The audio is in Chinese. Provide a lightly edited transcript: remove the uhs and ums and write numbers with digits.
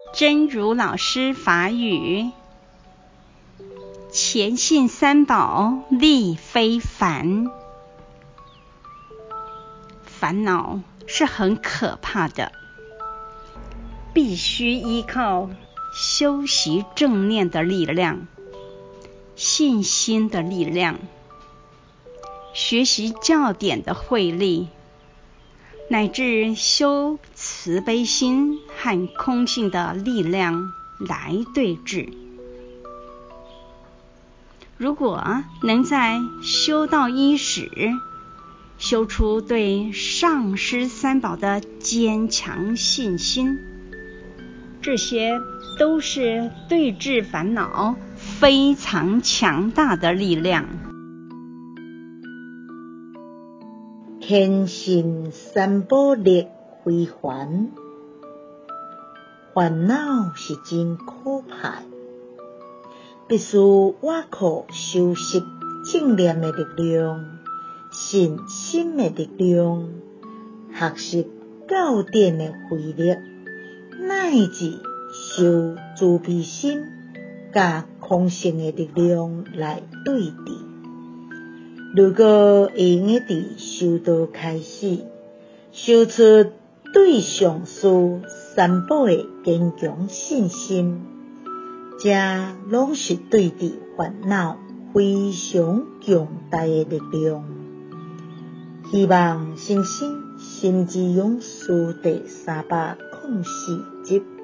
真如老师法语：虔信三宝力非凡。烦恼是很可怕的，必须依靠修习正念的力量、信心的力量、学习教典的慧力，乃至修慈悲心和空性的力量来对治。如果能在修道伊始修出对上师三宝的坚强信心，这些都是对治烦恼非常强大的力量。 虔信三宝力非凡，烦恼是真可怕，必须倚靠修习正念的力量、信心的力量、学习教典的慧力，乃至修慈悲心甲空性的力量来对治。如果会用伫修道开始，修出对上师三宝的坚强信心，这拢是对治烦恼非常强大的力量。希望新生心之勇士第304集。